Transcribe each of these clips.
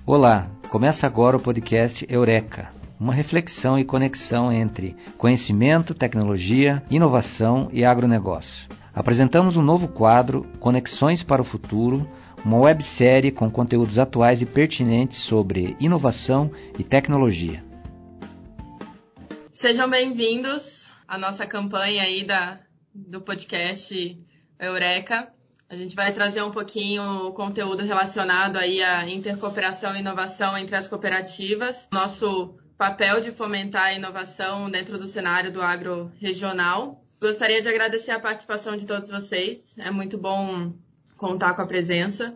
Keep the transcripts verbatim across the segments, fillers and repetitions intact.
Olá, começa agora o podcast Eureka, uma reflexão e conexão entre conhecimento, tecnologia, inovação e agronegócio. Apresentamos um novo quadro, Conexões para o Futuro, uma websérie com conteúdos atuais e pertinentes sobre inovação e tecnologia. Sejam bem-vindos à nossa campanha aí da, do podcast Eureka. A gente vai trazer um pouquinho o conteúdo relacionado aí à intercooperação e inovação entre as cooperativas. Nosso papel de fomentar a inovação dentro do cenário do agro regional. Gostaria de agradecer a participação de todos vocês. É muito bom contar com a presença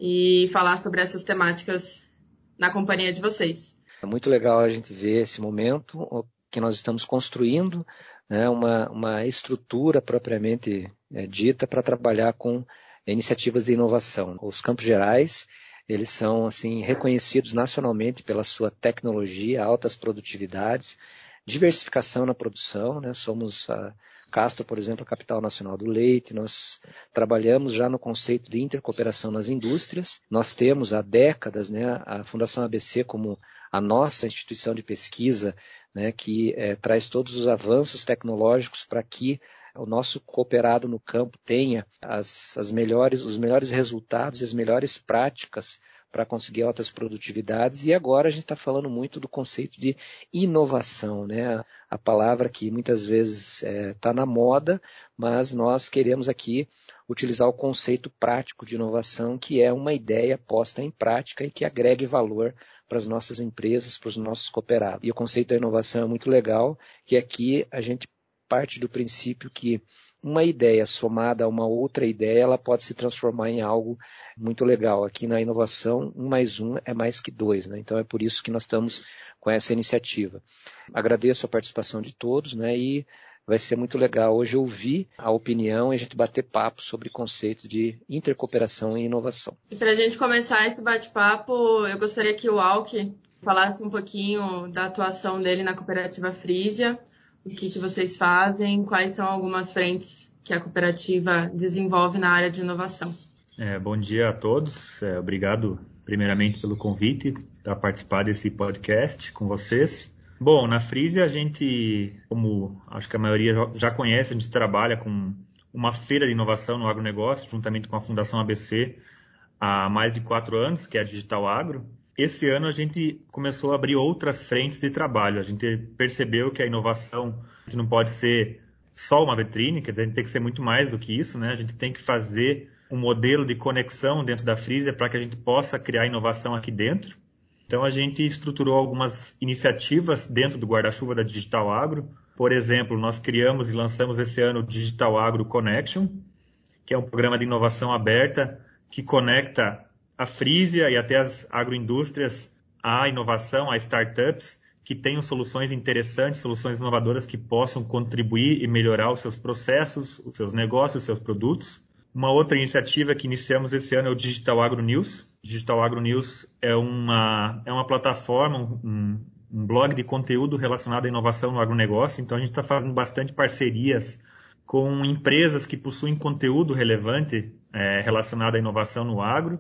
e falar sobre essas temáticas na companhia de vocês. É muito legal a gente ver esse momento que nós estamos construindo, né, uma, uma estrutura propriamente é, dita para trabalhar com iniciativas de inovação. Os Campos Gerais, eles são assim reconhecidos nacionalmente pela sua tecnologia, altas produtividades, diversificação na produção, né? Somos a Castro, por exemplo, a capital nacional do leite. Nós trabalhamos já no conceito de intercooperação nas indústrias. Nós temos há décadas, né, a Fundação A B C como a nossa instituição de pesquisa, né, que é, traz todos os avanços tecnológicos para que o nosso cooperado no campo tenha as, as melhores, os melhores resultados e as melhores práticas para conseguir altas produtividades. E agora a gente está falando muito do conceito de inovação, né? A palavra que muitas vezes está é, na moda, mas nós queremos aqui utilizar o conceito prático de inovação, que é uma ideia posta em prática e que agregue valor para as nossas empresas, para os nossos cooperados. E o conceito da inovação é muito legal, que aqui a gente parte do princípio que uma ideia somada a uma outra ideia, ela pode se transformar em algo muito legal. Aqui na inovação, um mais um é mais que dois, né? Então é por isso que nós estamos com essa iniciativa. Agradeço a participação de todos, né? E vai ser muito legal hoje ouvir a opinião e a gente bater papo sobre conceitos de intercooperação e inovação. E para a gente começar esse bate-papo, eu gostaria que o Alck falasse um pouquinho da atuação dele na cooperativa Frisia. O que, que vocês fazem, quais são algumas frentes que a cooperativa desenvolve na área de inovação. É, bom dia a todos, é, obrigado primeiramente pelo convite para participar desse podcast com vocês. Bom, na Frisia a gente, como acho que a maioria já conhece, a gente trabalha com uma feira de inovação no agronegócio, juntamente com a Fundação A B C, há mais de quatro anos, que é a Digital Agro. Esse ano a gente começou a abrir outras frentes de trabalho. A gente percebeu que a inovação a gente não pode ser só uma vitrine, quer dizer, a gente tem que ser muito mais do que isso, né? A gente tem que fazer um modelo de conexão dentro da Frisia para que a gente possa criar inovação aqui dentro. Então a gente estruturou algumas iniciativas dentro do guarda-chuva da Digital Agro. Por exemplo, nós criamos e lançamos esse ano o Digital Agro Connection, que é um programa de inovação aberta que conecta a Frisia e até as agroindústrias, a inovação, a startups, que tenham soluções interessantes, soluções inovadoras que possam contribuir e melhorar os seus processos, os seus negócios, os seus produtos. Uma outra iniciativa que iniciamos esse ano é o Digital Agro News. Digital Agro News é uma, é uma plataforma, um, um blog de conteúdo relacionado à inovação no agronegócio. Então a gente está fazendo bastante parcerias com empresas que possuem conteúdo relevante é, relacionado à inovação no agro,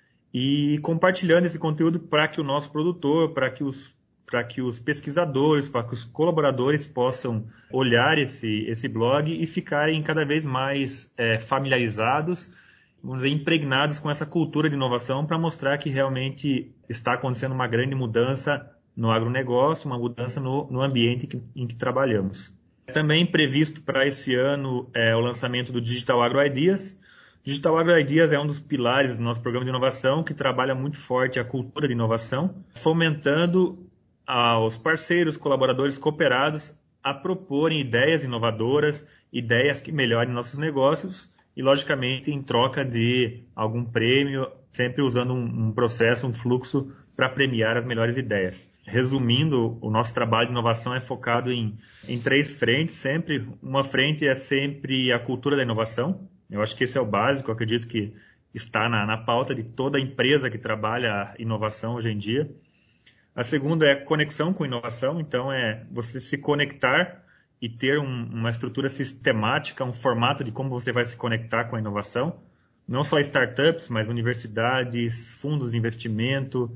e compartilhando esse conteúdo para que o nosso produtor, para que os, para que os pesquisadores, para que os colaboradores possam olhar esse, esse blog e ficarem cada vez mais é, familiarizados, vamos dizer, impregnados com essa cultura de inovação para mostrar que realmente está acontecendo uma grande mudança no agronegócio, uma mudança no, no ambiente que, em que trabalhamos. Também previsto para esse ano é o lançamento do Digital Agro Ideas. Digital Agro Ideas é um dos pilares do nosso programa de inovação, que trabalha muito forte a cultura de inovação, fomentando aos parceiros, colaboradores cooperados a proporem ideias inovadoras, ideias que melhorem nossos negócios e, logicamente, em troca de algum prêmio, sempre usando um, um processo, um fluxo para premiar as melhores ideias. Resumindo, o nosso trabalho de inovação é focado em, em três frentes, sempre. Uma frente é sempre a cultura da inovação. Eu acho que esse é o básico, eu acredito que está na, na pauta de toda empresa que trabalha inovação hoje em dia. A segunda é conexão com inovação, então é você se conectar e ter um, uma estrutura sistemática, um formato de como você vai se conectar com a inovação. Não só startups, mas universidades, fundos de investimento,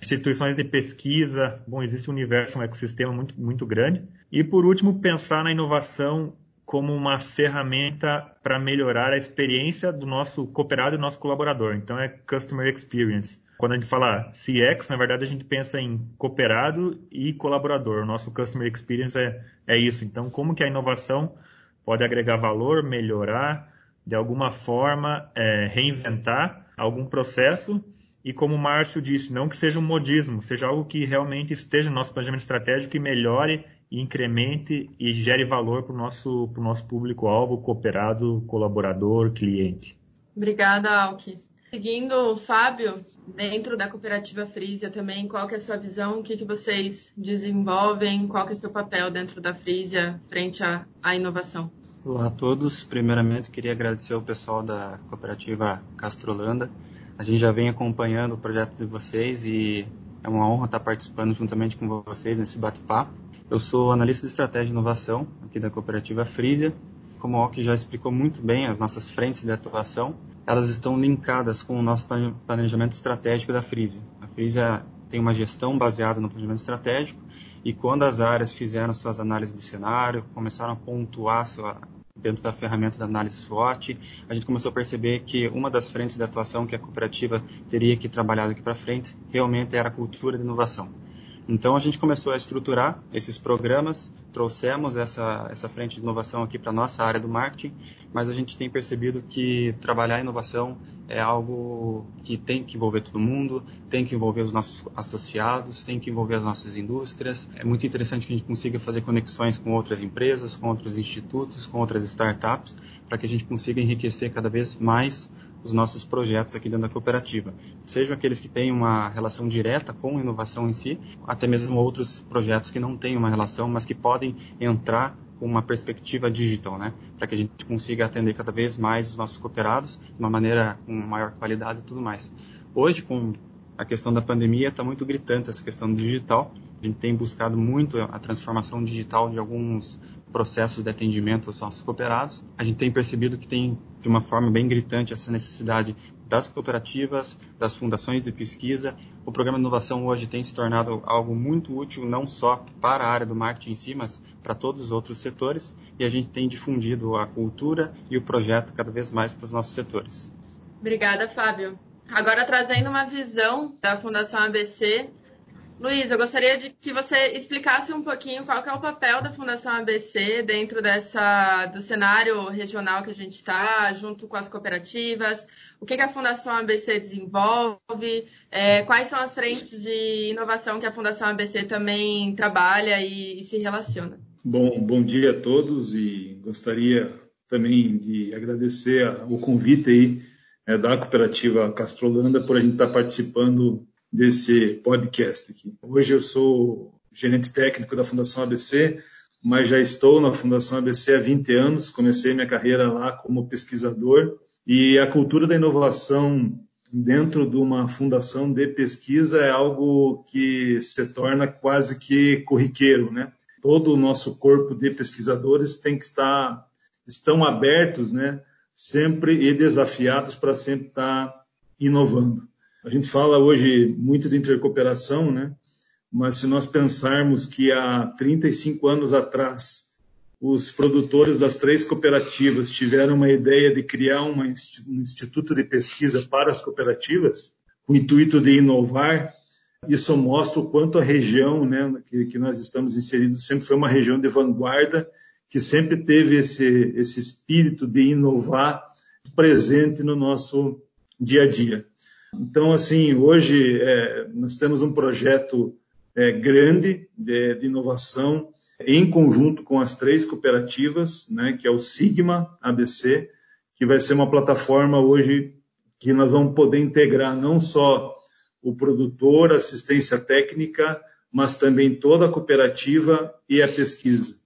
instituições de pesquisa. Bom, existe um universo, um ecossistema muito, muito grande. E, por último, pensar na inovação como uma ferramenta para melhorar a experiência do nosso cooperado e do nosso colaborador. Então, é Customer Experience. Quando a gente fala C X, na verdade, a gente pensa em cooperado e colaborador. O nosso Customer Experience é, é isso. Então, como que a inovação pode agregar valor, melhorar, de alguma forma, é, reinventar algum processo. E como o Márcio disse, não que seja um modismo, seja algo que realmente esteja no nosso planejamento estratégico e melhore, e incremente e gere valor para o nosso, pro nosso público-alvo, cooperado, colaborador, cliente. Obrigada, Alki. Seguindo o Fábio, dentro da cooperativa Frisia também, qual que é a sua visão? O que, que vocês desenvolvem? Qual que é o seu papel dentro da Frisia frente à, à inovação? Olá a todos. Primeiramente, queria agradecer ao pessoal da cooperativa Castrolanda. A gente já vem acompanhando o projeto de vocês e é uma honra estar participando juntamente com vocês nesse bate-papo. Eu sou analista de estratégia e inovação aqui da cooperativa Frisia. Como o Alki já explicou muito bem, as nossas frentes de atuação, elas estão linkadas com o nosso planejamento estratégico da Frisia. A Frisia tem uma gestão baseada no planejamento estratégico e quando as áreas fizeram suas análises de cenário, começaram a pontuar sua, dentro da ferramenta da análise SWOT, a gente começou a perceber que uma das frentes de atuação que a cooperativa teria que trabalhar daqui para frente realmente era a cultura de inovação. Então a gente começou a estruturar esses programas, trouxemos essa, essa frente de inovação aqui para a nossa área do marketing, mas a gente tem percebido que trabalhar inovação é algo que tem que envolver todo mundo, tem que envolver os nossos associados, tem que envolver as nossas indústrias. É muito interessante que a gente consiga fazer conexões com outras empresas, com outros institutos, com outras startups, para que a gente consiga enriquecer cada vez mais os nossos projetos aqui dentro da cooperativa. Sejam aqueles que têm uma relação direta com a inovação em si, até mesmo outros projetos que não têm uma relação, mas que podem entrar com uma perspectiva digital, né? Para que a gente consiga atender cada vez mais os nossos cooperados de uma maneira com maior qualidade e tudo mais. Hoje, com a questão da pandemia, está muito gritante essa questão do digital. A gente tem buscado muito a transformação digital de alguns processos de atendimento aos nossos cooperados. A gente tem percebido que tem, de uma forma bem gritante, essa necessidade das cooperativas, das fundações de pesquisa. O programa de inovação hoje tem se tornado algo muito útil, não só para a área do marketing em si, mas para todos os outros setores. E a gente tem difundido a cultura e o projeto cada vez mais para os nossos setores. Obrigada, Fábio. Agora, trazendo uma visão da Fundação A B C, Luiz, eu gostaria de que você explicasse um pouquinho qual que é o papel da Fundação A B C dentro dessa, do cenário regional que a gente está, junto com as cooperativas, o que, que a Fundação A B C desenvolve, é, quais são as frentes de inovação que a Fundação A B C também trabalha e, e se relaciona. Bom, bom dia a todos e gostaria também de agradecer o convite aí, é, da cooperativa Castrolanda por a gente estar participando desse podcast aqui. Hoje eu sou gerente técnico da Fundação A B C, mas já estou na Fundação A B C há vinte anos, comecei minha carreira lá como pesquisador, e a cultura da inovação dentro de uma fundação de pesquisa é algo que se torna quase que corriqueiro, né? Todo o nosso corpo de pesquisadores tem que estar, estão abertos, né? Sempre e desafiados para sempre estar inovando. A gente fala hoje muito de intercooperação, né? Mas se nós pensarmos que há trinta e cinco anos atrás, os produtores das três cooperativas tiveram uma ideia de criar uma, um instituto de pesquisa para as cooperativas, com o intuito de inovar, isso mostra o quanto a região, né, que, que nós estamos inseridos sempre foi uma região de vanguarda, que sempre teve esse, esse espírito de inovar presente no nosso dia a dia. Então, assim, hoje é, nós temos um projeto é, grande de, de inovação em conjunto com as três cooperativas, né, que é o Sigma A B C, que vai ser uma plataforma hoje que nós vamos poder integrar não só o produtor, a assistência técnica, mas também toda a cooperativa e a pesquisa.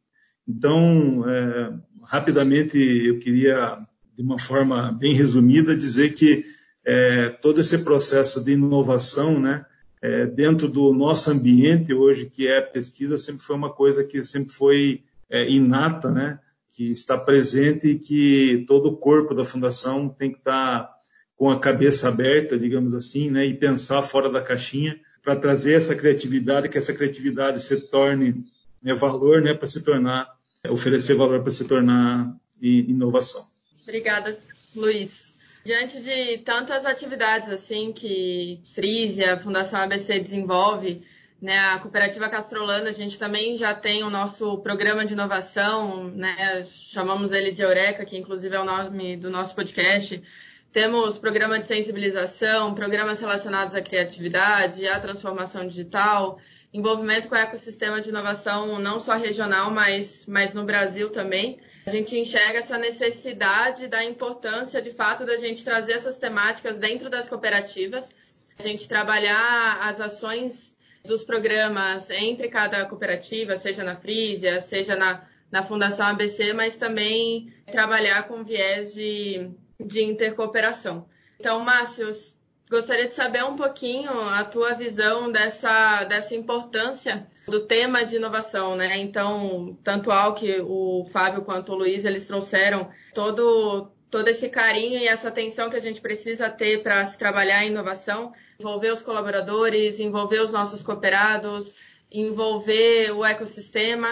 Então, é, rapidamente, eu queria, de uma forma bem resumida, dizer que É, todo esse processo de inovação, né, é, dentro do nosso ambiente hoje, que é a pesquisa, sempre foi uma coisa que sempre foi é, inata, né, que está presente e que todo o corpo da Fundação tem que estar com a cabeça aberta, digamos assim, né, e pensar fora da caixinha para trazer essa criatividade, que essa criatividade se torne né, valor, né, para se tornar, oferecer valor para se tornar inovação. Obrigada, Luiz. Diante de tantas atividades assim que Frisia, a Fundação A B C desenvolve, né, a Cooperativa Castrolanda, a gente também já tem o nosso programa de inovação, né, chamamos ele de Eureka, que inclusive é o nome do nosso podcast. Temos programa de sensibilização, programas relacionados à criatividade, à transformação digital, envolvimento com o ecossistema de inovação não só regional, mas, mas no Brasil também. A gente enxerga essa necessidade da importância, de fato, da gente trazer essas temáticas dentro das cooperativas, a gente trabalhar as ações dos programas entre cada cooperativa, seja na Frisia, seja na, na Fundação A B C, mas também trabalhar com viés de, de intercooperação. Então, Márcio, gostaria de saber um pouquinho a tua visão dessa, dessa importância do tema de inovação, né? Então, tanto ao que o Fábio quanto o Luiz, eles trouxeram todo, todo esse carinho e essa atenção que a gente precisa ter para se trabalhar em inovação, envolver os colaboradores, envolver os nossos cooperados, envolver o ecossistema,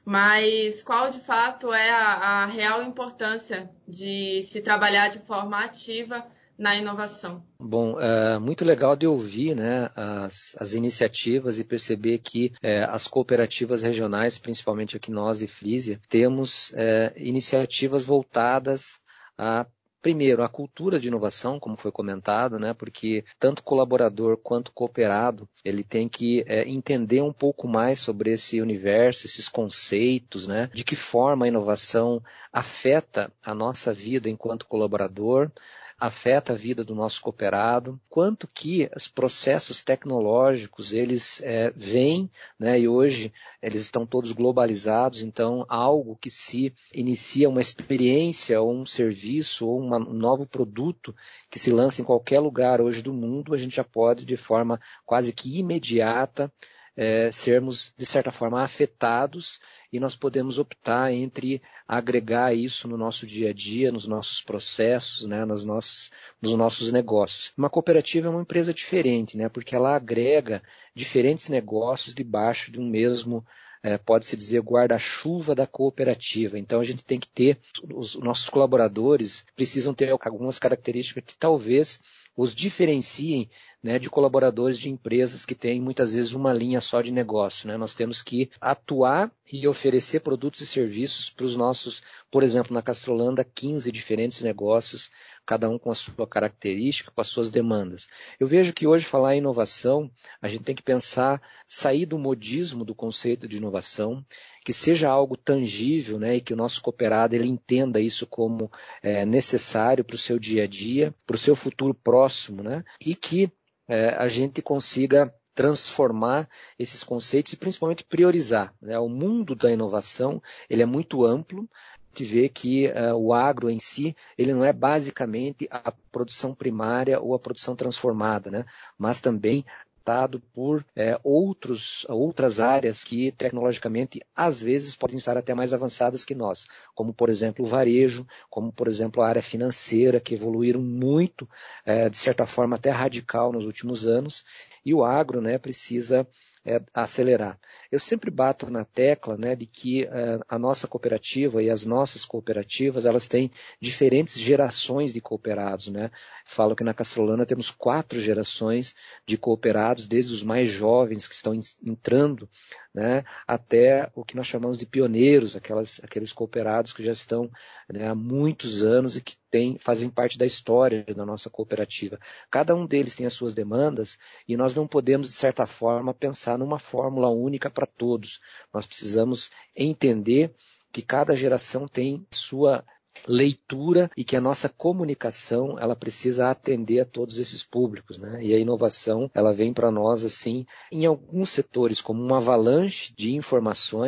mas qual de fato é a, a real importância de se trabalhar de forma ativa na inovação? Bom, é muito legal de ouvir né, as, as iniciativas e perceber que é, as cooperativas regionais, principalmente aqui nós e Frisia, temos é, iniciativas voltadas a, primeiro, a cultura de inovação, como foi comentado, né, porque tanto colaborador quanto cooperado, ele tem que é, entender um pouco mais sobre esse universo, esses conceitos, né, de que forma a inovação afeta a nossa vida enquanto colaborador, afeta a vida do nosso cooperado, quanto que os processos tecnológicos, eles é, vêm, né, e hoje eles estão todos globalizados, então algo que se inicia uma experiência, ou um serviço, ou uma, um novo produto que se lança em qualquer lugar hoje do mundo, a gente já pode, de forma quase que imediata, é, sermos, de certa forma, afetados, e nós podemos optar entre agregar isso no nosso dia a dia, nos nossos processos, né, nos, nossos, nos nossos negócios. Uma cooperativa é uma empresa diferente, né, porque ela agrega diferentes negócios debaixo de um mesmo, é, pode-se dizer, guarda-chuva da cooperativa. Então a gente tem que ter, os nossos colaboradores precisam ter algumas características que talvez os diferenciem, né, de colaboradores de empresas que têm muitas vezes uma linha só de negócio, né? Nós temos que atuar e oferecer produtos e serviços para os nossos, por exemplo, na Castrolanda, quinze diferentes negócios, cada um com a sua característica, com as suas demandas. Eu vejo que hoje falar em inovação, a gente tem que pensar, sair do modismo do conceito de inovação, que seja algo tangível, né, e que o nosso cooperado ele entenda isso como é, necessário para o seu dia a dia, para o seu futuro próximo, né, e que é, a gente consiga transformar esses conceitos e principalmente priorizar, né? O mundo da inovação ele é muito amplo, de ver que uh, o agro em si ele não é basicamente a produção primária ou a produção transformada, né? Mas também dado por é, outros, outras áreas que tecnologicamente às vezes podem estar até mais avançadas que nós, como por exemplo o varejo, como por exemplo a área financeira, que evoluíram muito, é, de certa forma até radical nos últimos anos, e o agro, né, precisa é, acelerar. Eu sempre bato na tecla, né, de que é, a nossa cooperativa e as nossas cooperativas, elas têm diferentes gerações de cooperados, né? Falo que na Castrolanda temos quatro gerações de cooperados, desde os mais jovens que estão entrando, né, até o que nós chamamos de pioneiros, aquelas, aqueles cooperados que já estão, né, há muitos anos e que tem, fazem parte da história da nossa cooperativa. Cada um deles tem as suas demandas e nós não podemos, de certa forma, pensar numa fórmula única para todos. Nós precisamos entender que cada geração tem sua leitura e que a nossa comunicação ela precisa atender a todos esses públicos, né? E a inovação ela vem para nós assim em alguns setores como uma avalanche de informações,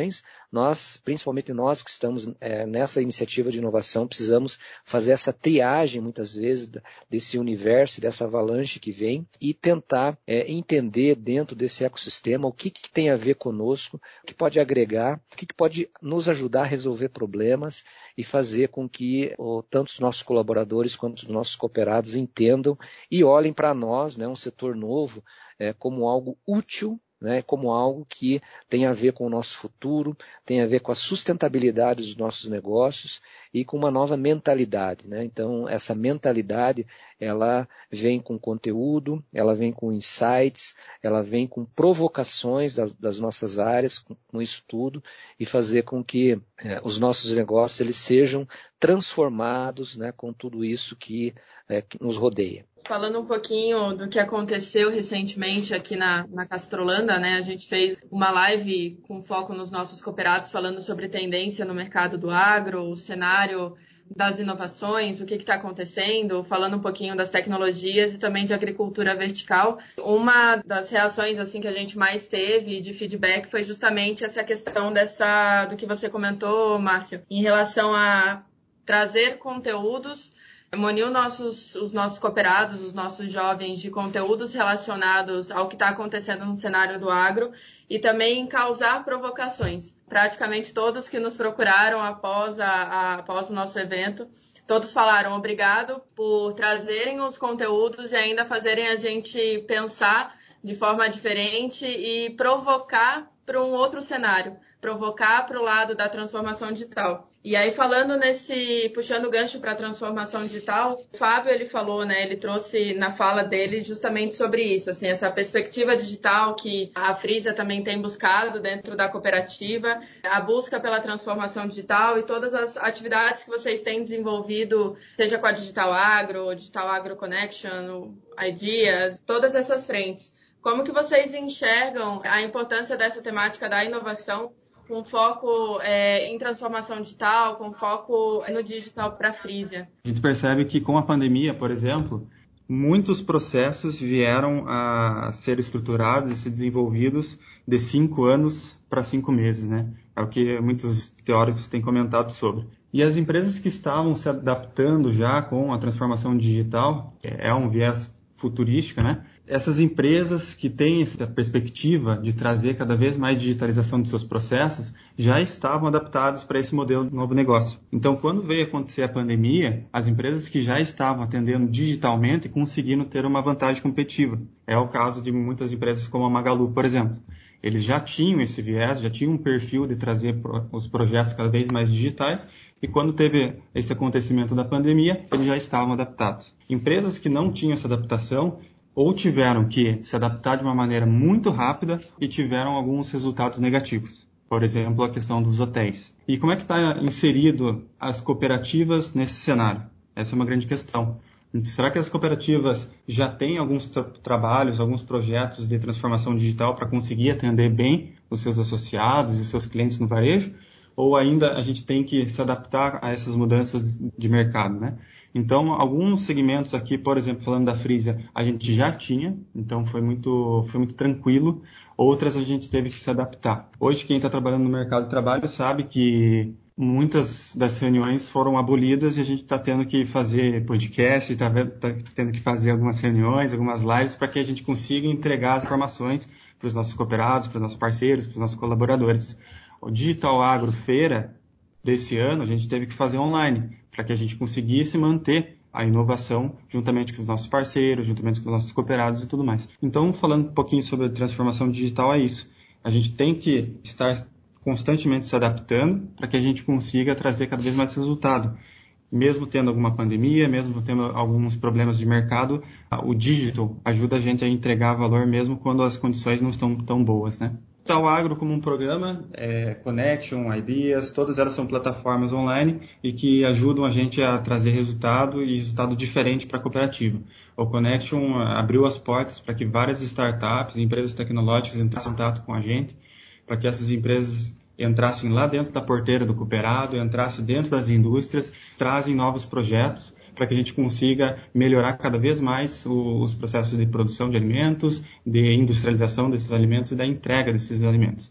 nós, principalmente nós que estamos é, nessa iniciativa de inovação, precisamos fazer essa triagem, muitas vezes, desse universo, dessa avalanche que vem e tentar é, entender dentro desse ecossistema o que, que tem a ver conosco, o que pode agregar, o que, que pode nos ajudar a resolver problemas e fazer com que oh, tanto os nossos colaboradores quanto os nossos cooperados entendam e olhem para nós, né, um setor novo, é, como algo útil, né, como algo que tem a ver com o nosso futuro, tem a ver com a sustentabilidade dos nossos negócios e com uma nova mentalidade, né? Então, essa mentalidade, ela vem com conteúdo, ela vem com insights, ela vem com provocações das, das nossas áreas, com, com isso tudo, e fazer com que é, os nossos negócios eles sejam transformados, né, com tudo isso que, é, que nos rodeia. Falando um pouquinho do que aconteceu recentemente aqui na, na Castrolanda, né? A gente fez uma live com foco nos nossos cooperados falando sobre tendência no mercado do agro, o cenário das inovações, o que está acontecendo, falando um pouquinho das tecnologias e também de agricultura vertical. Uma das reações assim que a gente mais teve de feedback foi justamente essa questão dessa, do que você comentou, Márcio, em relação a trazer conteúdos, munir nossos, os nossos cooperados, os nossos jovens de conteúdos relacionados ao que está acontecendo no cenário do agro e também causar provocações. Praticamente todos que nos procuraram após, a, a, após o nosso evento, todos falaram obrigado por trazerem os conteúdos e ainda fazerem a gente pensar de forma diferente e provocar para um outro cenário, provocar para o lado da transformação digital. E aí, falando nesse, puxando o gancho para a transformação digital, o Fábio, ele falou, né, ele trouxe na fala dele justamente sobre isso, assim, essa perspectiva digital que a Frisia também tem buscado dentro da cooperativa, a busca pela transformação digital e todas as atividades que vocês têm desenvolvido, seja com a Digital Agro, Digital Agro Connection, Ideas, todas essas frentes. Como que vocês enxergam a importância dessa temática da inovação com foco é, em transformação digital, com foco no digital para a Frisia? A gente percebe que com a pandemia, por exemplo, muitos processos vieram a ser estruturados e ser desenvolvidos de cinco anos para cinco meses, né? É o que muitos teóricos têm comentado sobre. E as empresas que estavam se adaptando já com a transformação digital, é um viés futurístico, né? Essas empresas que têm essa perspectiva de trazer cada vez mais digitalização de seus processos já estavam adaptadas para esse modelo de novo negócio. Então, quando veio acontecer a pandemia, as empresas que já estavam atendendo digitalmente conseguiram ter uma vantagem competitiva. É o caso de muitas empresas como a Magalu, por exemplo. Eles já tinham esse viés, já tinham um perfil de trazer os projetos cada vez mais digitais e quando teve esse acontecimento da pandemia, eles já estavam adaptados. Empresas que não tinham essa adaptação ou tiveram que se adaptar de uma maneira muito rápida e tiveram alguns resultados negativos. Por exemplo, a questão dos hotéis. E como é que está inserido as cooperativas nesse cenário? Essa é uma grande questão. Será que as cooperativas já têm alguns tra- trabalhos, alguns projetos de transformação digital para conseguir atender bem os seus associados e os seus clientes no varejo? Ou ainda a gente tem que se adaptar a essas mudanças de mercado, né? Então, alguns segmentos aqui, por exemplo, falando da Frisia, a gente já tinha, então foi muito, foi muito tranquilo. Outras a gente teve que se adaptar. Hoje, quem está trabalhando no mercado de trabalho sabe que muitas das reuniões foram abolidas e a gente está tendo que fazer podcast, está tá tendo que fazer algumas reuniões, algumas lives para que a gente consiga entregar as informações para os nossos cooperados, para os nossos parceiros, para os nossos colaboradores. O Digital Agro Feira desse ano a gente teve que fazer online para que a gente conseguisse manter a inovação juntamente com os nossos parceiros, juntamente com os nossos cooperados e tudo mais. Então, falando um pouquinho sobre a transformação digital, é isso. A gente tem que estar constantemente se adaptando para que a gente consiga trazer cada vez mais resultado. Mesmo tendo alguma pandemia, mesmo tendo alguns problemas de mercado, o digital ajuda a gente a entregar valor mesmo quando as condições não estão tão boas, né? Digital Agro como um programa, é, Connection, Ideas, todas elas são plataformas online e que ajudam a gente a trazer resultado e resultado diferente para a cooperativa. O Connection abriu as portas para que várias startups, empresas tecnológicas entrassem em contato com a gente, para que essas empresas entrassem lá dentro da porteira do cooperado, entrassem dentro das indústrias, trazem novos projetos para que a gente consiga melhorar cada vez mais o, os processos de produção de alimentos, de industrialização desses alimentos e da entrega desses alimentos.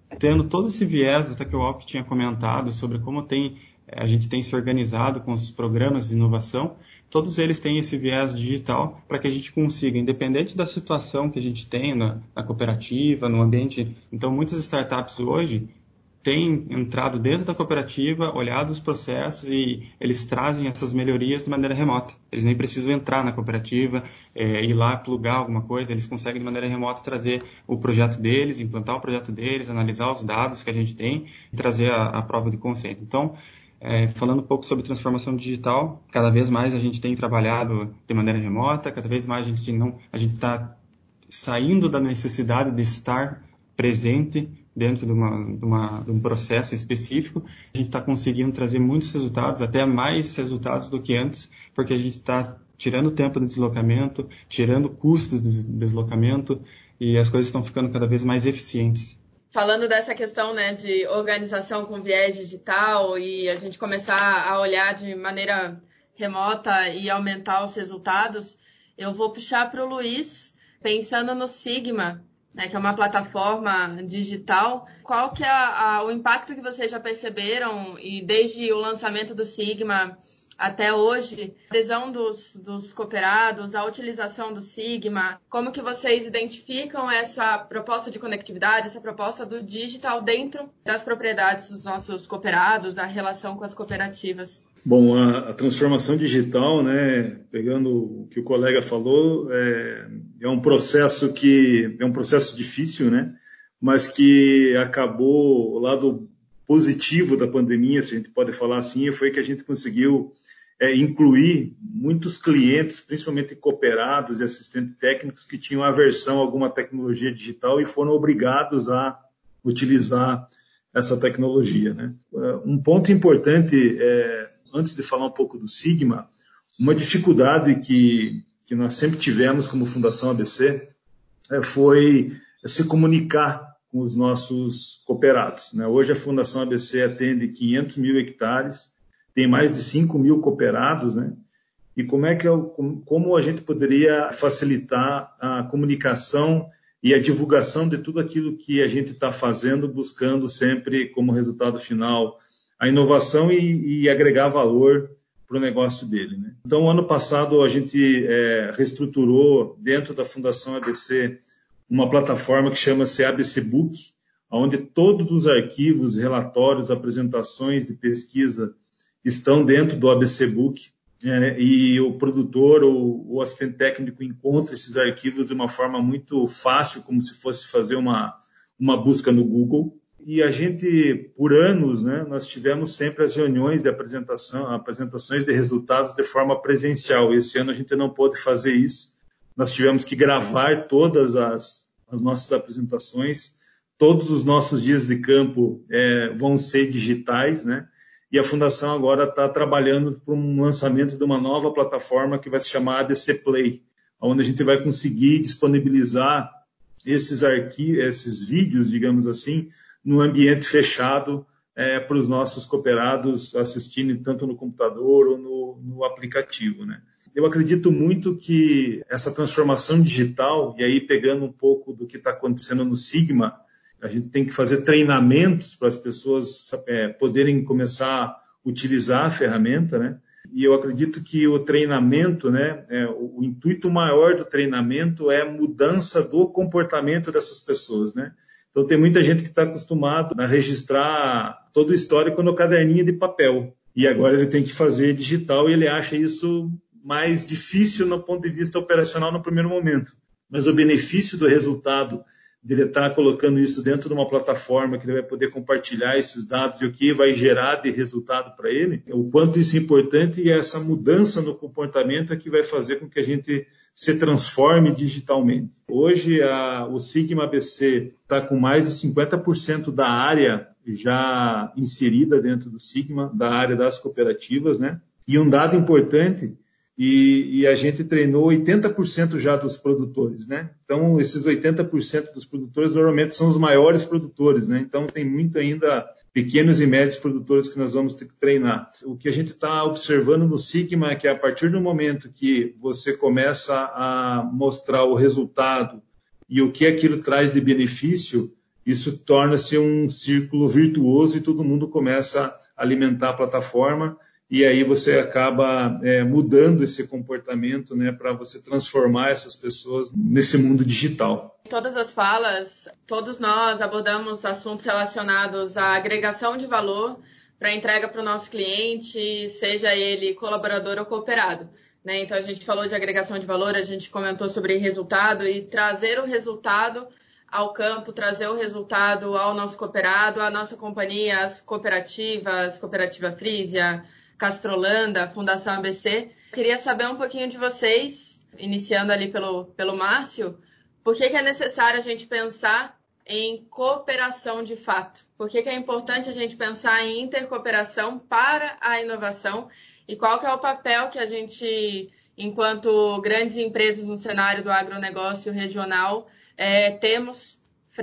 tendo todo esse viés, até que o Alck tinha comentado sobre como tem, a gente tem se organizado com os programas de inovação, todos eles têm esse viés digital para que a gente consiga, independente da situação que a gente tem na, na cooperativa, no ambiente. Então, muitas startups hoje têm entrado dentro da cooperativa, olhado os processos e eles trazem essas melhorias de maneira remota. Eles nem precisam entrar na cooperativa, é, ir lá plugar alguma coisa, eles conseguem de maneira remota trazer o projeto deles, implantar o projeto deles, analisar os dados que a gente tem e trazer a, a prova de conceito. Então, é, falando um pouco sobre transformação digital, cada vez mais a gente tem trabalhado de maneira remota, cada vez mais a gente não, a gente está saindo da necessidade de estar presente dentro de, uma, de, uma, de um processo específico. A gente está conseguindo trazer muitos resultados, até mais resultados do que antes, porque a gente está tirando tempo de deslocamento, tirando custos de deslocamento e as coisas estão ficando cada vez mais eficientes. Falando dessa questão, né, de organização com viés digital e a gente começar a olhar de maneira remota e aumentar os resultados, eu vou puxar para o Luiz, pensando no Sigma, né, que é uma plataforma digital. Qual que é a, a, o impacto que vocês já perceberam e desde o lançamento do Sigma até hoje, a adesão dos, dos cooperados, a utilização do Sigma, como que vocês identificam essa proposta de conectividade, essa proposta do digital dentro das propriedades dos nossos cooperados, a relação com as cooperativas? Bom, a, a transformação digital, né, pegando o que o colega falou, é, é um processo que é um processo difícil, né, mas que acabou, o lado positivo da pandemia, se a gente pode falar assim, foi que a gente conseguiu é, incluir muitos clientes, principalmente cooperados e assistentes técnicos que tinham aversão a alguma tecnologia digital e foram obrigados a utilizar essa tecnologia, né. Um ponto importante é, antes de falar um pouco do Sigma, uma dificuldade que, que nós sempre tivemos como Fundação A B C é, foi se comunicar com os nossos cooperados, né? Hoje a Fundação A B C atende quinhentos mil hectares, tem mais de cinco mil cooperados, né? E como é que eu, como a gente poderia facilitar a comunicação e a divulgação de tudo aquilo que a gente está fazendo, buscando sempre como resultado final a inovação e, e agregar valor para o negócio dele, né? Então, ano passado, a gente é, reestruturou dentro da Fundação A B C uma plataforma que chama-se A B C Book, onde todos os arquivos, relatórios, apresentações de pesquisa estão dentro do A B C Book, é, e o produtor ou o assistente técnico encontra esses arquivos de uma forma muito fácil, como se fosse fazer uma, uma busca no Google. E a gente, por anos, né, nós tivemos sempre as reuniões de apresentação, apresentações de resultados de forma presencial. Esse ano a gente não pôde fazer isso. Nós tivemos que gravar todas as, as nossas apresentações. Todos os nossos dias de campo é, vão ser digitais, né? E a Fundação agora está trabalhando para um lançamento de uma nova plataforma que vai se chamar A B C Play, onde a gente vai conseguir disponibilizar esses arquivos, esses vídeos, digamos assim, num ambiente fechado é, para os nossos cooperados assistirem tanto no computador ou no, no aplicativo, né? Eu acredito muito que essa transformação digital, e aí pegando um pouco do que está acontecendo no Sigma, a gente tem que fazer treinamentos para as pessoas é, poderem começar a utilizar a ferramenta, né? E eu acredito que o treinamento, né, é, o, o intuito maior do treinamento é a mudança do comportamento dessas pessoas, né? Então, tem muita gente que está acostumado a registrar todo o histórico no caderninho de papel. E agora ele tem que fazer digital e ele acha isso mais difícil no ponto de vista operacional no primeiro momento. Mas o benefício do resultado de ele estar colocando isso dentro de uma plataforma que ele vai poder compartilhar esses dados e o que vai gerar de resultado para ele, o quanto isso é importante e essa mudança no comportamento é que vai fazer com que a gente se transforme digitalmente. Hoje, a, o Sigma A B C está com mais de cinquenta por cento da área já inserida dentro do Sigma, da área das cooperativas, né? E um dado importante, e, e a gente treinou oitenta por cento já dos produtores, né? Então, esses oitenta por cento dos produtores normalmente são os maiores produtores, né? Então, tem muito ainda pequenos e médios produtores que nós vamos ter que treinar. O que a gente está observando no Sigma é que a partir do momento que você começa a mostrar o resultado e o que aquilo traz de benefício, isso torna-se um círculo virtuoso e todo mundo começa a alimentar a plataforma e aí você acaba é, mudando esse comportamento, né, para você transformar essas pessoas nesse mundo digital. Em todas as falas, todos nós abordamos assuntos relacionados à agregação de valor para entrega para o nosso cliente, seja ele colaborador ou cooperado. Né? Então, a gente falou de agregação de valor, a gente comentou sobre resultado e trazer o resultado ao campo, trazer o resultado ao nosso cooperado, à nossa companhia, as cooperativas, Cooperativa Frisia, Castrolanda, Fundação A B C. Queria saber um pouquinho de vocês, iniciando ali pelo, pelo Márcio, por que, que é necessário a gente pensar em cooperação de fato? Por que, que é importante a gente pensar em intercooperação para a inovação? E qual que é o papel que a gente, enquanto grandes empresas no cenário do agronegócio regional, é, temos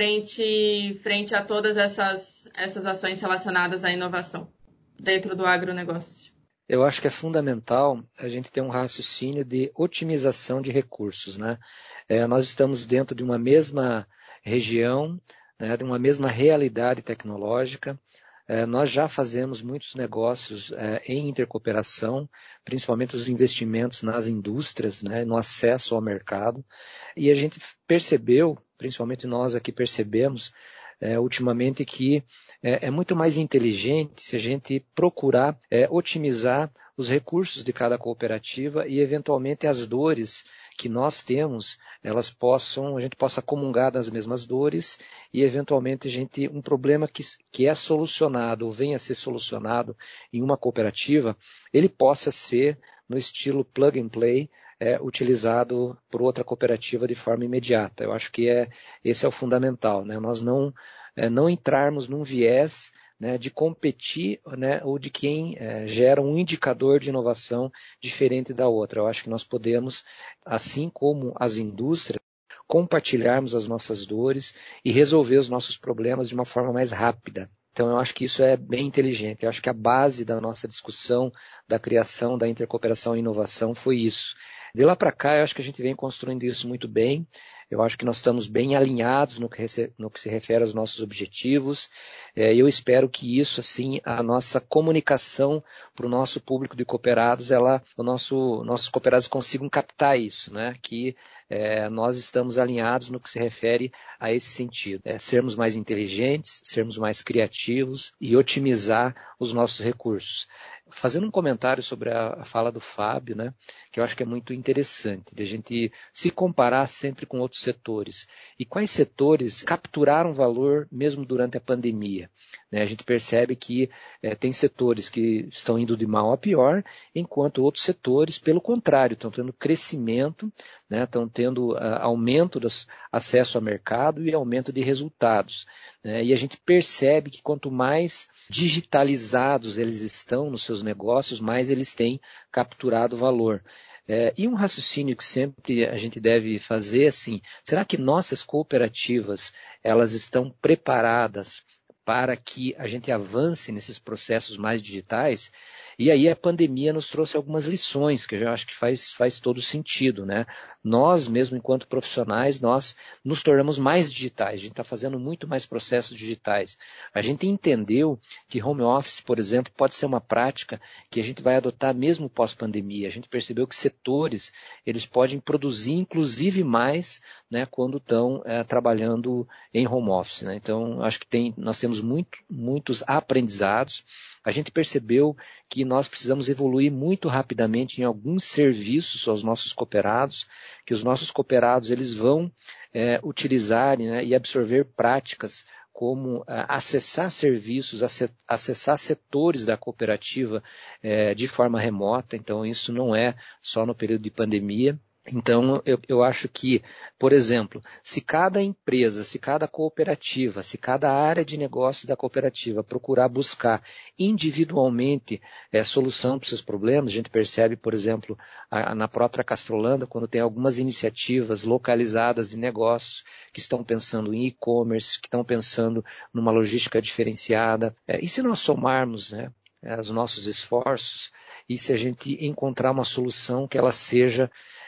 frente, frente a todas essas, essas ações relacionadas à inovação dentro do agronegócio? Eu acho que é fundamental a gente ter um raciocínio de otimização de recursos, né? É, nós estamos dentro de uma mesma região, né, de uma mesma realidade tecnológica. É, nós já fazemos muitos negócios é, em intercooperação, principalmente os investimentos nas indústrias, né, no acesso ao mercado. E a gente percebeu, principalmente nós aqui percebemos, É, ultimamente que é, é muito mais inteligente se a gente procurar é, otimizar os recursos de cada cooperativa e eventualmente as dores que nós temos, elas possam, a gente possa comungar das mesmas dores e eventualmente a gente, um problema que, que é solucionado ou venha a ser solucionado em uma cooperativa, ele possa ser no estilo plug and play, É, utilizado por outra cooperativa de forma imediata. Eu acho que é, esse é o fundamental, né? Nós não, é, não entrarmos num viés, né, de competir, né, ou de quem é, gera um indicador de inovação diferente da outra. Eu acho que nós podemos, assim como as indústrias, compartilharmos as nossas dores e resolver os nossos problemas de uma forma mais rápida. Então, eu acho que isso é bem inteligente. Eu acho que a base da nossa discussão, da criação, da intercooperação e inovação foi isso. De lá para cá, eu acho que a gente vem construindo isso muito bem. Eu acho que nós estamos bem alinhados no que, no que se refere aos nossos objetivos. É, eu espero que isso, assim, a nossa comunicação para o nosso público de cooperados, ela, o nosso, nossos cooperados consigam captar isso, né? Que é, nós estamos alinhados no que se refere a esse sentido. É, sermos mais inteligentes, sermos mais criativos e otimizar os nossos recursos. Fazendo um comentário sobre a fala do Fábio, né, que eu acho que é muito interessante, de a gente se comparar sempre com outros setores. E quais setores capturaram valor mesmo durante a pandemia? Né, a gente percebe que é, tem setores que estão indo de mal a pior, enquanto outros setores, pelo contrário, estão tendo crescimento, né, estão tendo uh, aumento do acesso ao mercado e aumento de resultados. Né, e a gente percebe que quanto mais digitalizados eles estão nos seus negócios, mais eles têm capturado valor. É, e um raciocínio que sempre a gente deve fazer, assim, será que nossas cooperativas, elas estão preparadas para que a gente avance nesses processos mais digitais? E aí a pandemia nos trouxe algumas lições, que eu acho que faz, faz todo sentido, né? Nós, mesmo enquanto profissionais, nós nos tornamos mais digitais, a gente está fazendo muito mais processos digitais. A gente entendeu que home office, por exemplo, pode ser uma prática que a gente vai adotar mesmo pós-pandemia. A gente percebeu que setores, eles podem produzir inclusive mais, né, quando estão é, trabalhando em home office, né? Então, acho que tem, nós temos muito, muitos aprendizados. A gente percebeu que nós precisamos evoluir muito rapidamente em alguns serviços aos nossos cooperados, que os nossos cooperados eles vão é, utilizar, né, e absorver práticas como é, acessar serviços, acessar setores da cooperativa é, de forma remota. Então, isso não é só no período de pandemia. Então, eu, eu acho que, por exemplo, se cada empresa, se cada cooperativa, se cada área de negócio da cooperativa procurar buscar individualmente é, solução para os seus problemas, a gente percebe, por exemplo, a, na própria Castrolanda, quando tem algumas iniciativas localizadas de negócios que estão pensando em e-commerce, que estão pensando numa logística diferenciada. É, e se nós somarmos, né, os nossos esforços e se a gente encontrar uma solução que ela seja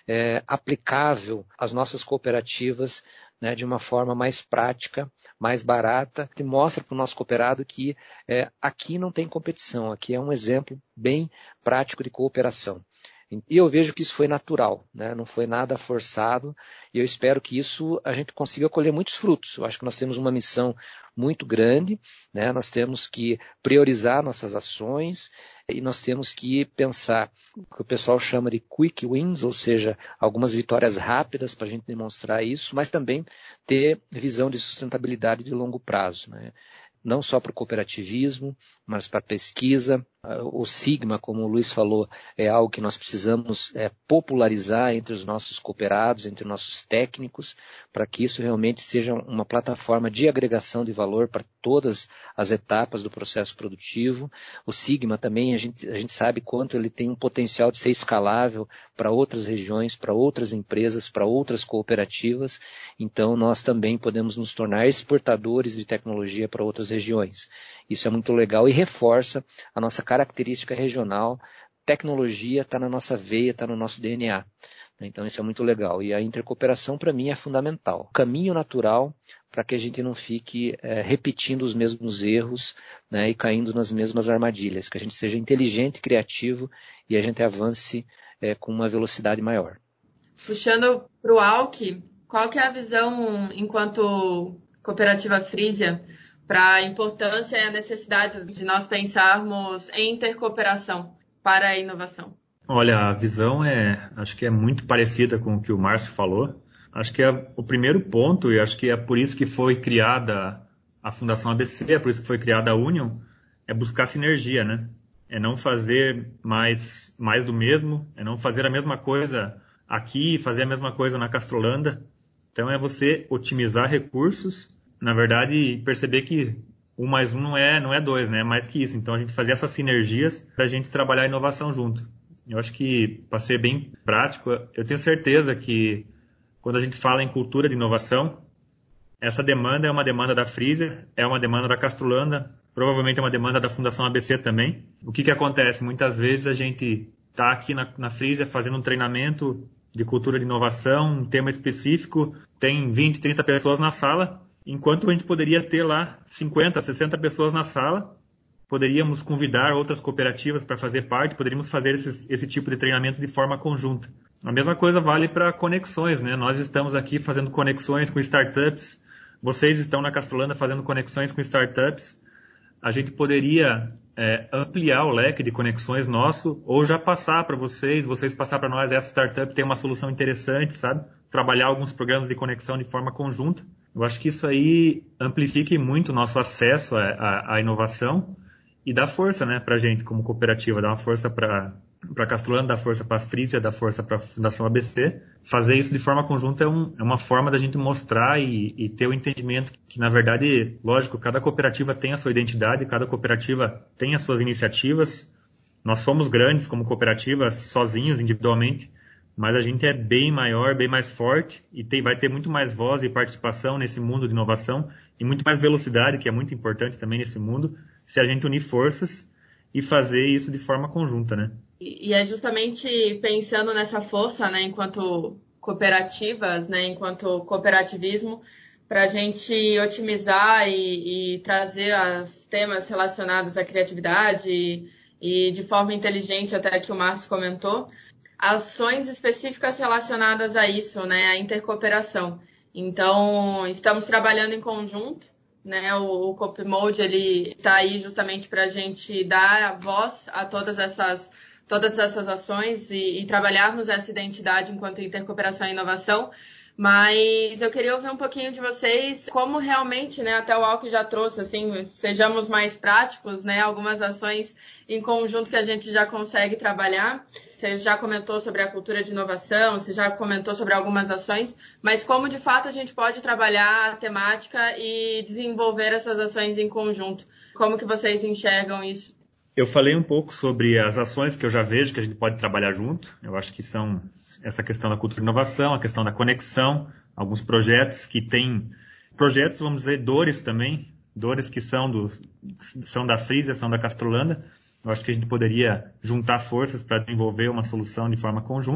é, aplicável às nossas cooperativas, né, de uma forma mais prática, mais barata, que mostra para o nosso cooperado que é, aqui não tem competição, aqui é um exemplo bem prático de cooperação. E eu vejo que isso foi natural, né? Não foi nada forçado, e eu espero que isso a gente consiga colher muitos frutos. Eu acho que nós temos uma missão muito grande, né? Nós temos que priorizar nossas ações e nós temos que pensar o que o pessoal chama de quick wins, ou seja, algumas vitórias rápidas para a gente demonstrar isso, mas também ter visão de sustentabilidade de longo prazo, né? Não só para o cooperativismo, mas para a pesquisa. O Sigma, como o Luiz falou, é algo que nós precisamos é, popularizar entre os nossos cooperados, entre os nossos técnicos, para que isso realmente seja uma plataforma de agregação de valor para todas as etapas do processo produtivo. O Sigma também, a gente, a gente sabe quanto ele tem um potencial de ser escalável para outras regiões, para outras empresas, para outras cooperativas. Então, nós também podemos nos tornar exportadores de tecnologia para outras regiões. Isso é muito legal e reforça a nossa característica regional. Tecnologia está na nossa veia, está no nosso D N A. Então isso é muito legal. E a intercooperação para mim é fundamental. Caminho natural para que a gente não fique é, repetindo os mesmos erros, né, e caindo nas mesmas armadilhas. Que a gente seja inteligente, criativo e a gente avance é, com uma velocidade maior. Puxando para o Alck, qual que é a visão enquanto cooperativa Frisia para a importância e a necessidade de nós pensarmos em intercooperação para a inovação? Olha, a visão é, acho que é muito parecida com o que o Márcio falou. Acho que é o primeiro ponto, e acho que é por isso que foi criada a Fundação A B C, é por isso que foi criada a Union, é buscar sinergia, né? É não fazer mais, mais do mesmo, é não fazer a mesma coisa aqui e fazer a mesma coisa na Castrolanda. Então é você otimizar recursos, na verdade, perceber que um mais um não é, não é dois, né? É mais que isso. Então, a gente fazer essas sinergias para a gente trabalhar a inovação junto. Eu acho que, para ser bem prático, eu tenho certeza que quando a gente fala em cultura de inovação, essa demanda é uma demanda da Frisia, é uma demanda da Castrolanda, provavelmente é uma demanda da Fundação A B C também. O que que acontece? Muitas vezes a gente está aqui na, na Frisia fazendo um treinamento de cultura de inovação, um tema específico, tem vinte, trinta pessoas na sala, enquanto a gente poderia ter lá cinquenta, sessenta pessoas na sala, poderíamos convidar outras cooperativas para fazer parte, poderíamos fazer esse, esse tipo de treinamento de forma conjunta. A mesma coisa vale para conexões, né? Nós estamos aqui fazendo conexões com startups, vocês estão na Castrolanda fazendo conexões com startups. A gente poderia é, ampliar o leque de conexões nosso, ou já passar para vocês, vocês passar para nós, essa startup tem uma solução interessante, sabe? Trabalhar alguns programas de conexão de forma conjunta. Eu acho que isso aí amplifica muito o nosso acesso à, à, à inovação e dá força, né, para a gente como cooperativa, dá uma força para a Castrolanda, dá força para a Frisia, dá força para a Fundação A B C. Fazer isso de forma conjunta é, um, é uma forma da gente mostrar e, e ter o entendimento que, na verdade, lógico, cada cooperativa tem a sua identidade, cada cooperativa tem as suas iniciativas. Nós somos grandes como cooperativa, sozinhos, individualmente, mas a gente é bem maior, bem mais forte e tem, vai ter muito mais voz e participação nesse mundo de inovação e muito mais velocidade, que é muito importante também nesse mundo, se a gente unir forças e fazer isso de forma conjunta, né? E é justamente pensando nessa força, né, enquanto cooperativas, né, enquanto cooperativismo, para a gente otimizar e, e trazer os temas relacionados à criatividade e, e de forma inteligente, até que o Márcio comentou, ações específicas relacionadas a isso, né, a intercooperação. Então, estamos trabalhando em conjunto, né, o, o CoopMode, ele está aí justamente para a gente dar voz a todas essas, todas essas ações e, e trabalharmos essa identidade enquanto intercooperação e inovação. Mas eu queria ouvir um pouquinho de vocês, como realmente, né, até o Alck já trouxe, assim, sejamos mais práticos, né, algumas ações em conjunto que a gente já consegue trabalhar. Você já comentou sobre a cultura de inovação, você já comentou sobre algumas ações, mas como de fato a gente pode trabalhar a temática e desenvolver essas ações em conjunto? Como que vocês enxergam isso? Eu falei um pouco sobre as ações que eu já vejo que a gente pode trabalhar junto. Eu acho que são essa questão da cultura de inovação, a questão da conexão, alguns projetos que têm projetos, vamos dizer, dores também, dores que são, do, são da Frisia, são da Castrolanda. Eu acho que a gente poderia juntar forças para desenvolver uma solução de forma conjunta.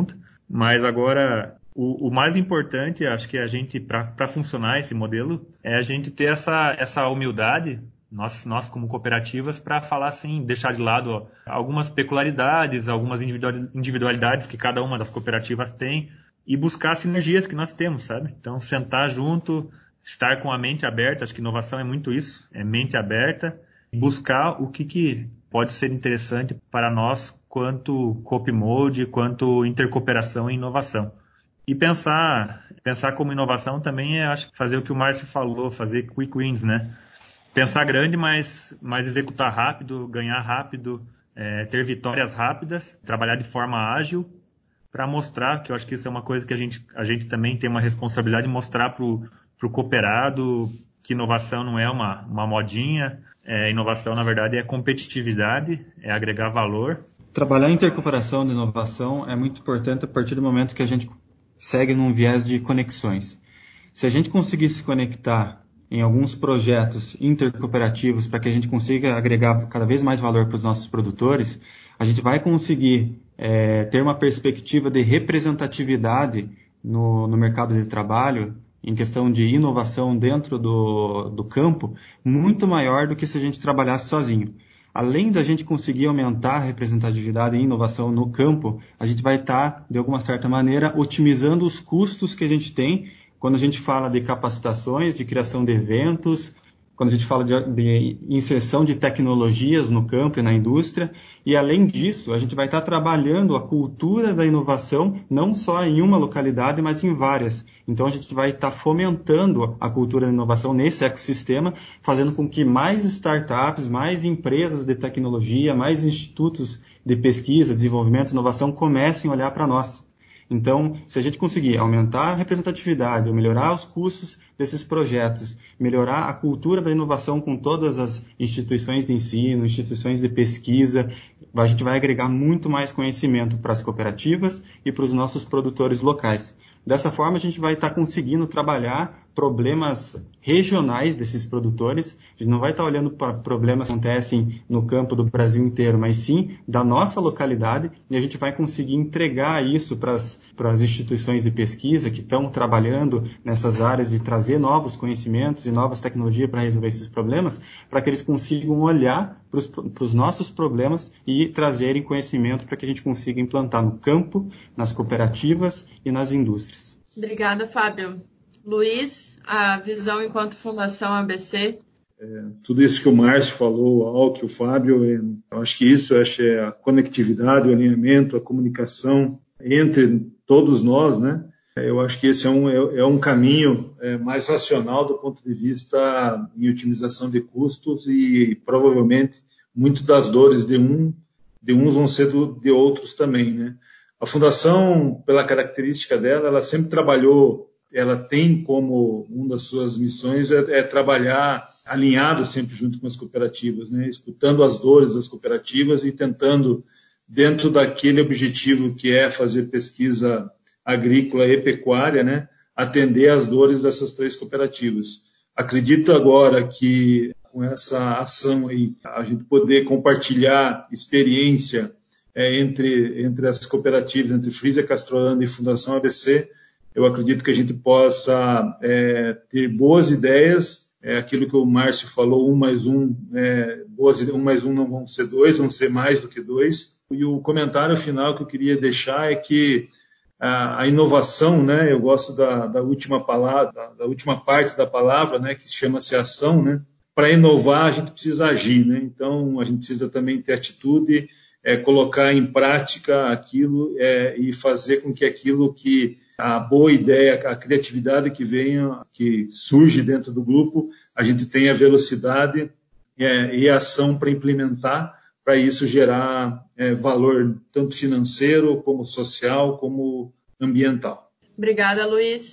Mas agora, o, o mais importante, acho que a gente, para funcionar esse modelo, é a gente ter essa, essa humildade, nós, nós como cooperativas, para falar assim, deixar de lado ó, algumas peculiaridades, algumas individualidades que cada uma das cooperativas tem e buscar sinergias que nós temos, sabe? Então, sentar junto, estar com a mente aberta, acho que inovação é muito isso, é mente aberta, buscar o que, que pode ser interessante para nós quanto CoopMode, quanto intercooperação e inovação. E pensar, pensar como inovação também é, acho, fazer o que o Márcio falou, fazer quick wins, né? Pensar grande, mas, mas executar rápido, ganhar rápido, é, ter vitórias rápidas, trabalhar de forma ágil para mostrar, que eu acho que isso é uma coisa que a gente, a gente também tem uma responsabilidade de mostrar para o cooperado que inovação não é uma, uma modinha, é, inovação, na verdade, é competitividade, é agregar valor. Trabalhar intercooperação de inovação é muito importante a partir do momento que a gente segue num viés de conexões. Se a gente conseguir se conectar em alguns projetos intercooperativos para que a gente consiga agregar cada vez mais valor para os nossos produtores, a gente vai conseguir é, ter uma perspectiva de representatividade no, no mercado de trabalho, em questão de inovação dentro do, do campo, muito maior do que se a gente trabalhasse sozinho. Além da gente conseguir aumentar a representatividade e inovação no campo, a gente vai estar, de alguma certa maneira, otimizando os custos que a gente tem quando a gente fala de capacitações, de criação de eventos, quando a gente fala de, de inserção de tecnologias no campo e na indústria. E, além disso, a gente vai estar trabalhando a cultura da inovação não só em uma localidade, mas em várias. Então, a gente vai estar fomentando a cultura da inovação nesse ecossistema, fazendo com que mais startups, mais empresas de tecnologia, mais institutos de pesquisa, desenvolvimento e inovação comecem a olhar para nós. Então, se a gente conseguir aumentar a representatividade, melhorar os custos desses projetos, melhorar a cultura da inovação com todas as instituições de ensino, instituições de pesquisa, a gente vai agregar muito mais conhecimento para as cooperativas e para os nossos produtores locais. Dessa forma, a gente vai estar conseguindo trabalhar problemas regionais desses produtores. A gente não vai estar olhando para problemas que acontecem no campo do Brasil inteiro, mas sim da nossa localidade, e a gente vai conseguir entregar isso para as, para as instituições de pesquisa que estão trabalhando nessas áreas de trazer novos conhecimentos e novas tecnologias para resolver esses problemas, para que eles consigam olhar para os, para os nossos problemas e trazerem conhecimento para que a gente consiga implantar no campo, nas cooperativas e nas indústrias. Obrigada, Fábio. Luiz, a visão enquanto Fundação A B C. É, tudo isso que o Márcio falou, o Alck, o Fábio, é, eu acho que isso eu acho é a conectividade, o alinhamento, a comunicação entre todos nós, né? Eu acho que esse é um, é, é um caminho é, mais racional do ponto de vista em otimização de custos e provavelmente muito das dores de, um, de uns vão ser do, de outros também, né? A Fundação, pela característica dela, ela sempre trabalhou, ela tem como uma das suas missões é, é trabalhar alinhado sempre junto com as cooperativas, né? Escutando as dores das cooperativas e tentando, dentro daquele objetivo que é fazer pesquisa agrícola e pecuária, né? Atender as dores dessas três cooperativas. Acredito agora que com essa ação aí, a gente poder compartilhar experiência é, entre, entre as cooperativas, entre Frisia Castrolanda e Fundação A B C, eu acredito que a gente possa é, ter boas ideias, é, aquilo que o Márcio falou, um mais um, é, boas, um mais um não vão ser dois, vão ser mais do que dois. E o comentário final que eu queria deixar é que a, a inovação, né, eu gosto da, da última palavra, da, da última parte da palavra, né, que chama-se ação, né? Para inovar a gente precisa agir, né? Então a gente precisa também ter atitude, é, colocar em prática aquilo é, e fazer com que aquilo que a boa ideia, a criatividade que venha, que surge dentro do grupo, a gente tenha velocidade é, e ação para implementar, para isso gerar é, valor tanto financeiro, como social, como ambiental. Obrigada, Luiz.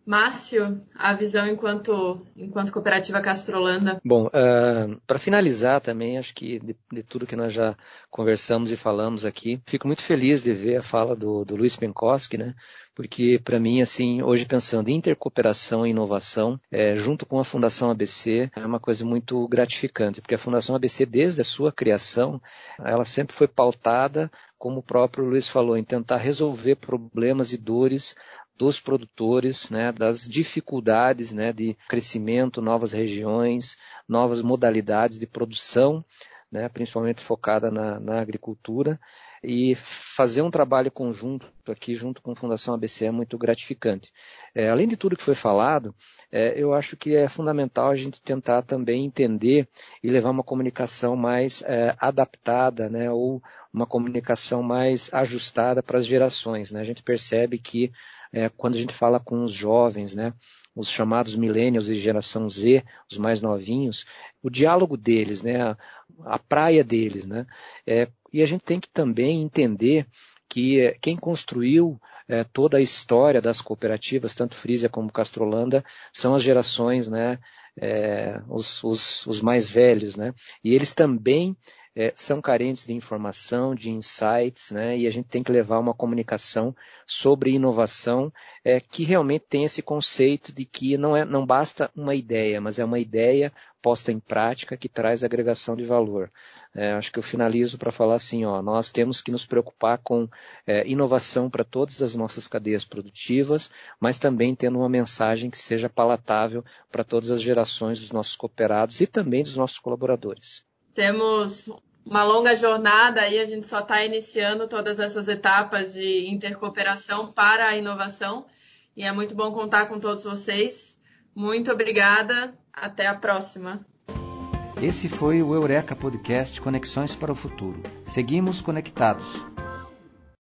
Márcio, a visão enquanto, enquanto cooperativa Castrolanda. Bom, uh, para finalizar também, acho que de, de tudo que nós já conversamos e falamos aqui, fico muito feliz de ver a fala do, do Luiz Penkoski, né? Porque para mim, assim, hoje pensando em intercooperação e inovação, é, junto com a Fundação A B C, é uma coisa muito gratificante, porque a Fundação A B C, desde a sua criação, ela sempre foi pautada, como o próprio Luiz falou, em tentar resolver problemas e dores dos produtores, né, das dificuldades, né, de crescimento, novas regiões, novas modalidades de produção, né, principalmente focada na, na agricultura, e fazer um trabalho conjunto aqui junto com a Fundação A B C é muito gratificante. É, além de tudo que foi falado, é, eu acho que é fundamental a gente tentar também entender e levar uma comunicação mais é, adaptada, né, ou uma comunicação mais ajustada para as gerações, né? A gente percebe que é, quando a gente fala com os jovens, né, os chamados millennials e geração Z, os mais novinhos, o diálogo deles, né, a, a praia deles, né, é, e a gente tem que também entender que é, quem construiu é, toda a história das cooperativas, tanto Frisia como Castrolanda, são as gerações, né, é, os, os, os mais velhos, né, e eles também É, são carentes de informação, de insights, né, e a gente tem que levar uma comunicação sobre inovação é, que realmente tem esse conceito de que não, é, não basta uma ideia, mas é uma ideia posta em prática que traz agregação de valor. É, acho que eu finalizo para falar assim, ó, nós temos que nos preocupar com é, inovação para todas as nossas cadeias produtivas, mas também tendo uma mensagem que seja palatável para todas as gerações dos nossos cooperados e também dos nossos colaboradores. Temos uma longa jornada aí, a gente só está iniciando todas essas etapas de intercooperação para a inovação e é muito bom contar com todos vocês. Muito obrigada, até a próxima. Esse foi o Eureka Podcast Conexões para o Futuro. Seguimos conectados.